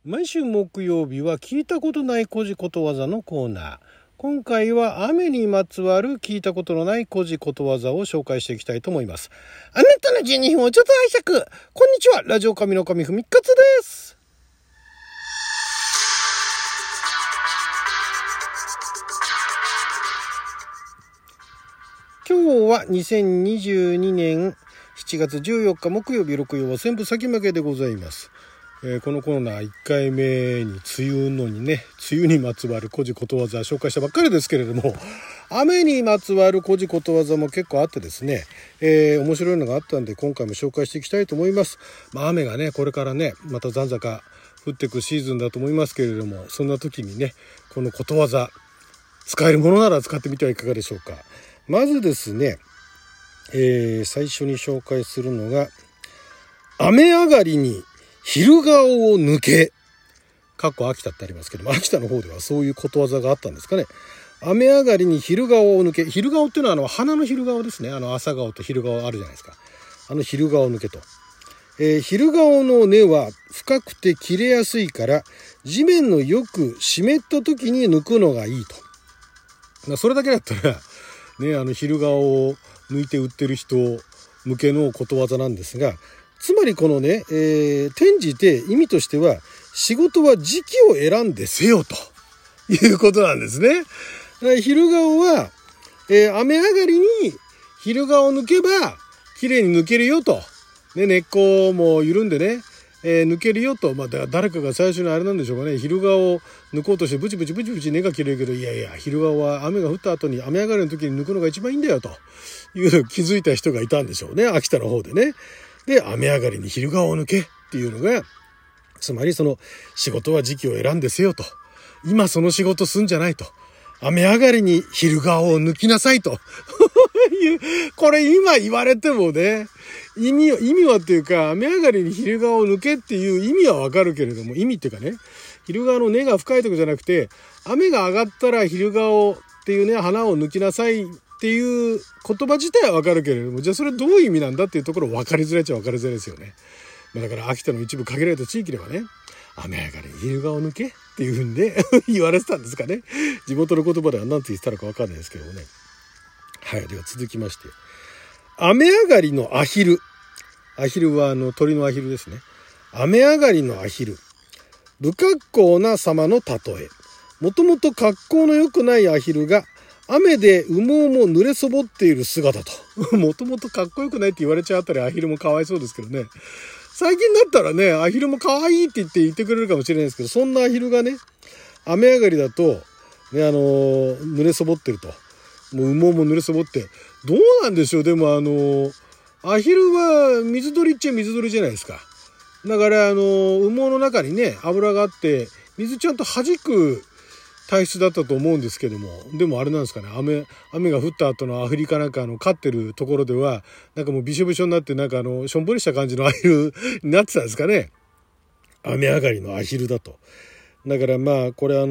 毎週木曜日は聞いたことない古事ことわざのコーナー。今回は雨にまつわる聞いたことのない古事ことわざを紹介していきたいと思います。あなたの12分をちょっと拝借。こんにちは、ラジオ神の神ふみかつです。今日は2022年7月14日木曜日、六曜は全部先負けでございます。このコーナー1回目に梅雨にまつわる古事ことわざ紹介したばっかりですけれども、雨にまつわる古事ことわざも結構あってですね、面白いのがあったんで今回も紹介していきたいと思います。雨がねこれからねまた残坂降っていくシーズンだと思いますけれども、そんな時にねこのことわざ使えるものなら使ってみてはいかがでしょうか。まずですね、最初に紹介するのが雨上がりに昼顔を抜け、秋田ってありますけども、秋田の方ではそういうことわざがあったんですかね。雨上がりに昼顔を抜け、昼顔っていうのは花の昼顔ですね。朝顔と昼顔あるじゃないですか。昼顔を抜けと、昼顔の根は深くて切れやすいから地面のよく湿った時に抜くのがいいと。それだけだったらね、昼顔を抜いて売ってる人向けのことわざなんですが、つまりこのね、転じて意味としては仕事は時期を選んでせよということなんですね。昼顔は、雨上がりに昼顔を抜けば綺麗に抜けるよと、ね、根っこも緩んでね、抜けるよと。誰かが最初にあれなんでしょうかね、昼顔を抜こうとしてブチブチ根が切れるけど、いや昼顔は雨が降った後に雨上がりの時に抜くのが一番いいんだよという気づいた人がいたんでしょうね、秋田の方でね。で、雨上がりに昼顔を抜けっていうのが、つまりその仕事は時期を選んでせよと。今その仕事すんじゃないと。雨上がりに昼顔を抜きなさいという、これ今言われてもね、意味はっていうか、雨上がりに昼顔を抜けっていう意味はわかるけれども、意味っていうかね、昼顔の根が深いとこじゃなくて、雨が上がったら昼顔っていうね、花を抜きなさいっていう言葉自体はわかるけれども、じゃあそれどういう意味なんだっていうところ分かりづらいっちゃ分かりづらいですよね。だから秋田の一部限られた地域ではね、雨上がりに昼顔を抜けっていう風にね言われてたんですかね。地元の言葉では何て言ってたのか分かんないですけどもね。はい、では続きまして、雨上がりのアヒル。アヒルは鳥のアヒルですね。雨上がりのアヒル、不格好な様の例え。もともと格好の良くないアヒルが雨で羽毛も濡れそぼっている姿と。もともとかっこよくないって言われちゃうあたりアヒルもかわいそうですけどね。最近だったらね、アヒルも可愛いって言ってくれるかもしれないですけど、そんなアヒルがね、雨上がりだと、ね、濡れそぼってると。もう羽毛も濡れそぼって。どうなんでしょう。でもアヒルは水鳥っちゃ水鳥じゃないですか。だから羽毛の中にね、油があって、水ちゃんと弾く体質だったと思うんですけども、でもあれなんですかね、雨が降った後のアフリカなんか飼ってるところではなんかもうびしょびしょになって、なんかしょんぼりした感じのアヒルになってたんですかね。雨上がりのアヒルだと。だからこれ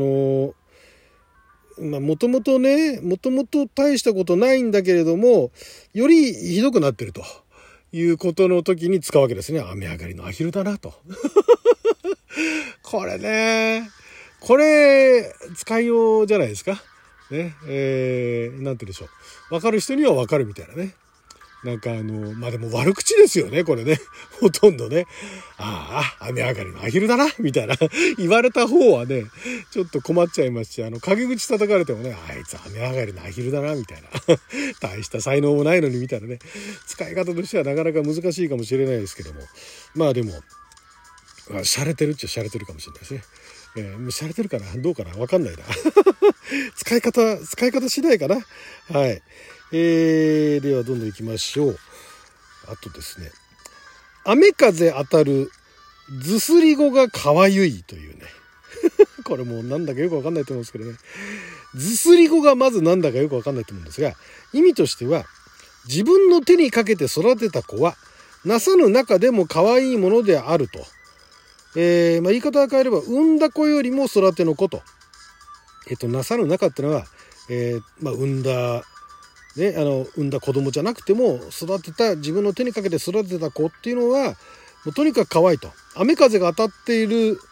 もともと大したことないんだけれども、よりひどくなってるということの時に使うわけですね。雨上がりのアヒルだなとこれね、これ使いようじゃないですかね。なんて言うんでしょう、分かる人には分かるみたいなね。なんかでも悪口ですよねこれね。ほとんどね、雨上がりのアヒルだなみたいな言われた方はねちょっと困っちゃいますし、陰口叩かれてもね、あいつ雨上がりのアヒルだなみたいな大した才能もないのにみたいなね、使い方としてはなかなか難しいかもしれないですけども、でも洒落てるっちゃ洒落てるかもしれないですね。洒落てるかなどうかな分かんないな使い方次第かな。はい、ではどんどん行きましょう。あとですね、雨風当たるずすり語がかわゆいというねこれもうなんだかよく分かんないと思うんですけどね、ずすり語がまずなんだかよく分かんないと思うんですが、意味としては自分の手にかけて育てた子はなさぬ中でも可愛いものであると。言い方を変えれば産んだ子よりも育ての子と。なさぬ中ってのは、産んだ子供じゃなくても自分の手にかけて育てた子っていうのはもうとにかく可愛いと。雨風が当たっている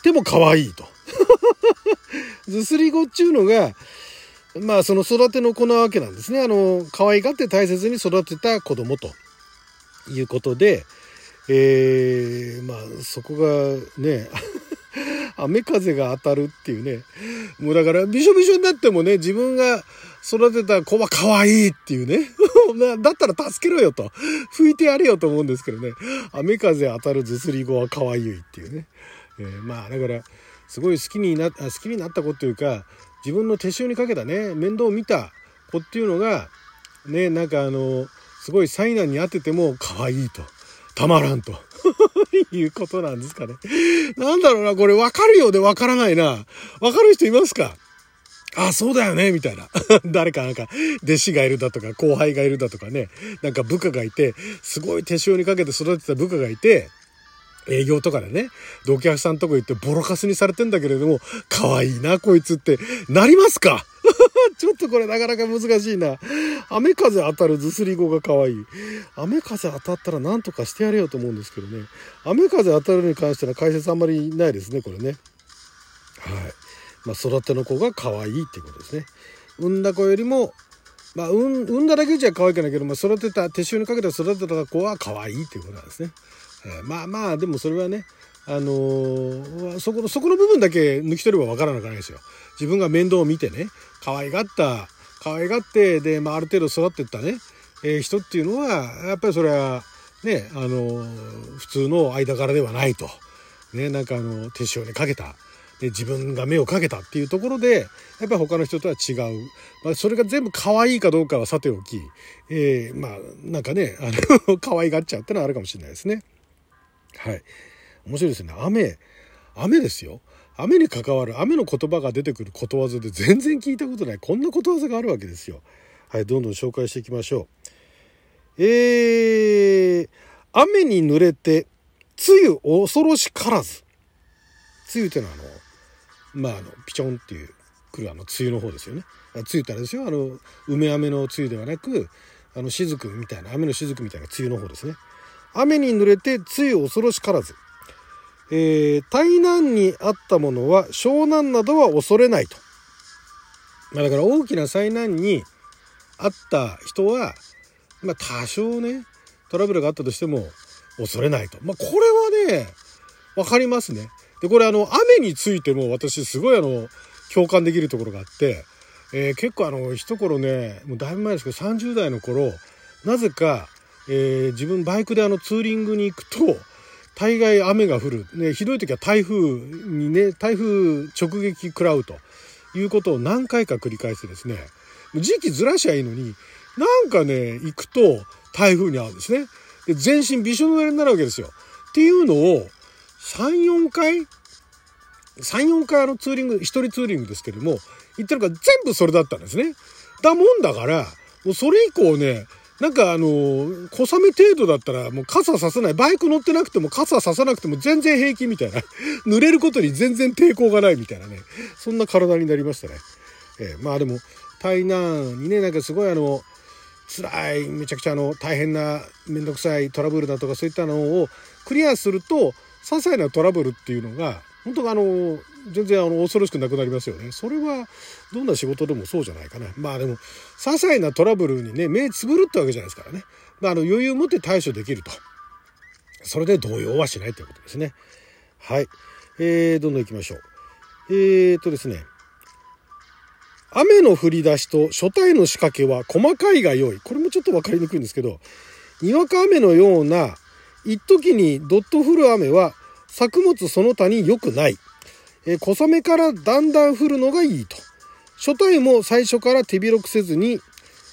ても可愛いと。ずすり子っていうのが、まあその育ての子なわけなんですね。可愛がって大切に育てた子供ということで、まあそこがね、雨風が当たるっていうね。もうだからびしょびしょになってもね、自分が育てた子は可愛いっていうね。だったら助けろよと。拭いてやれよと思うんですけどね。雨風当たるずすり子は可愛いっていうね。まあだからすごい好きになった子っていうか、自分の手塩にかけたね、面倒を見た子っていうのがね、なんかすごい災難に当てても可愛いと。たまらんということなんですかね。なんだろうな、これ分かるようで分からないな。分かる人いますか？あ、そうだよねみたいな。誰かなんか弟子がいるだとか後輩がいるだとかね、なんか部下がいて、すごい手塩にかけて育てた部下がいて、営業とかでね、お客さんとこ行ってボロカスにされてんだけれども、可愛いなこいつってなりますか？ちょっとこれなかなか難しいな。雨風当たるずすり子が可愛い。雨風当たったら何とかしてやれよと思うんですけどね。雨風当たるに関しては解説あんまりないですね、これね。はい。まあ育ての子が可愛いっていうことですね。産んだ子よりも、まあ産んだだけじゃ可愛くないけど、まあ育てた、手塩にかけて育てた子は可愛いっていうことなんですね。まあまあでもそれはね、そこの部分だけ抜き取ればわからなくないですよ。自分が面倒を見てね、可愛がってで、まあある程度育っていったね、人っていうのはやっぱりそれはね、普通の間柄ではないとね、なんか手塩にかけたで自分が目をかけたっていうところでやっぱり他の人とは違う、まあ、それが全部可愛いかどうかはさておき、まあなんかね可愛がっちゃうってのはあるかもしれないですね。はい、面白いですね。雨ですよ。雨に関わる雨の言葉が出てくることわざで全然聞いたことないこんなことわざがあるわけですよ。はい、どんどん紹介していきましょう。雨に濡れて梅雨恐ろしからず。梅雨っていうのはまあピチョンっていう来る梅雨の方ですよね。梅雨ってあれですよ、梅雨の梅雨ではなく雫みたいな雨の雫みたいな梅雨の方ですね。雨に濡れて梅雨恐ろしからず。大難にあったものは小難などは恐れないと。まあ、だから大きな災難にあった人は、まあ、多少ねトラブルがあったとしても恐れないと。まあ、これはね分かりますね。でこれ雨についても私すごい共感できるところがあって、結構一頃ねもうだいぶ前ですけど30代の頃なぜか、自分バイクでツーリングに行くと大概雨が降る、ね、ひどい時は台風直撃食らうということを何回か繰り返してですね、時期ずらしゃいいのになんかね行くと台風に遭うんですね。で全身びしょ濡れになるわけですよ。っていうのを3、4回ツーリング一人ツーリングですけども行ってるから全部それだったんですね。だもんだからもうそれ以降ねなんか小雨程度だったらもう傘ささない、バイク乗ってなくても傘ささなくても全然平気みたいな濡れることに全然抵抗がないみたいなね、そんな体になりましたね。まあでも大難にねなんかすごい辛いめちゃくちゃ大変なめんどくさいトラブルだとかそういったのをクリアすると些細なトラブルっていうのが本当全然恐ろしくなくなりますよね。それはどんな仕事でもそうじゃないかな。まあでも些細なトラブルにね目つぶるってわけじゃないですからね。まあ余裕を持って対処できると。それで動揺はしないということですね。はい、どんどん行きましょう。ですね。雨の降り出しと初対の仕掛けは細かいが良い。これもちょっと分かりにくいんですけど、にわか雨のような一時にどっと降る雨は作物その他に良くない。小雨からだんだん降るのがいいと。初対も最初から手広くせずに、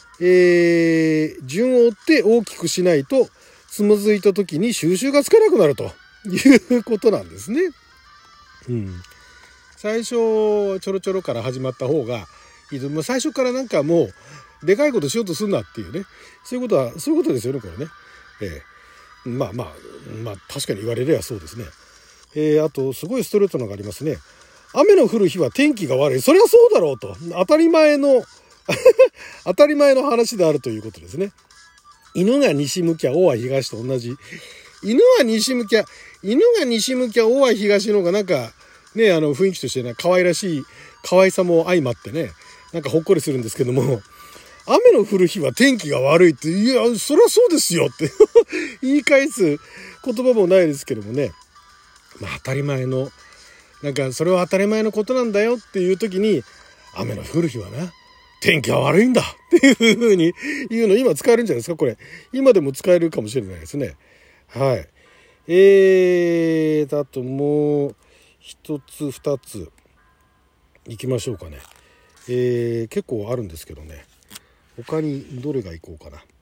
順を追って大きくしないとつまずいた時に収拾がつかなくなるということなんですね。最初ちょろちょろから始まった方がいいと。最初からなんかもうでかいことしようとすんなっていうね、そういうことですよねこれね。まあ確かに言われればそうですね。あとすごいストレートのがありますね。雨の降る日は天気が悪い。それはそうだろうと。当たり前の話であるということですね。犬が西向きゃ尾は東と同じ。犬が西向きゃ尾は東の方がなんかね、雰囲気としてね、可愛らしい可愛さも相まってね、なんかほっこりするんですけども、雨の降る日は天気が悪いって、いや、そりゃそうですよって言い返す言葉もないですけどもね。まあ当たり前の、なんかそれは当たり前のことなんだよっていう時に、雨の降る日はな、天気が悪いんだっていう風に言うの今使えるんじゃないですか、これ。今でも使えるかもしれないですね。はい。あともう一つ二つ行きましょうかね。結構あるんですけどね。他にどれがいこうかな。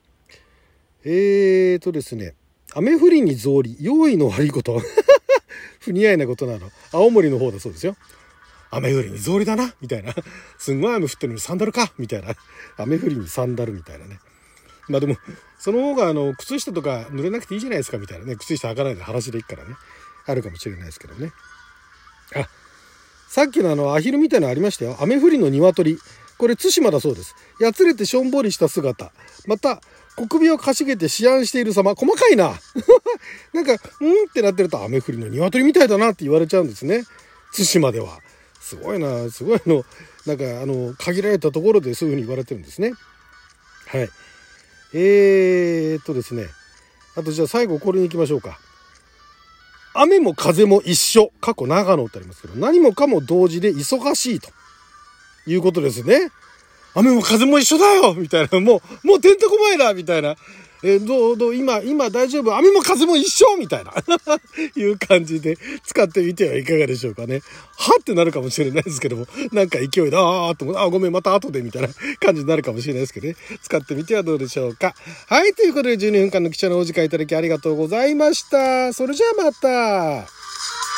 ですね。雨降りに草履、用意の悪いこと不似合いなことなの。青森の方だそうですよ。雨降りに草履だなみたいな。すんごい雨降ってるのにサンダルかみたいな。雨降りにサンダルみたいなね。まあでもその方が靴下とか濡れなくていいじゃないですかみたいなね。靴下履かないで裸足でいいからね。あるかもしれないですけどね。あ、さっきのアヒルみたいなのありましたよ。雨降りの鶏。これ対馬だそうです。やつれてしょんぼりした姿。また小首をかしげて思案している様。細かいな。なんかってなってると雨降りの鶏みたいだなって言われちゃうんですね。対馬では。すごいな、すごいなんか限られたところでそういう風に言われてるんですね。はい。ですね。あとじゃあ最後これに行きましょうか。雨も風も一緒。過去長野ってありますけど、何もかも同時で忙しいということですね。雨も風も一緒だよみたいな、もうてんてこまいだみたいな。どう今大丈夫、雨も風も一緒みたいないう感じで使ってみてはいかがでしょうかね。はってなるかもしれないですけども、なんか勢いでごめんまた後でみたいな感じになるかもしれないですけどね。使ってみてはどうでしょうか。はい、ということで12分間の貴重なお時間いただきありがとうございました。それじゃあまた。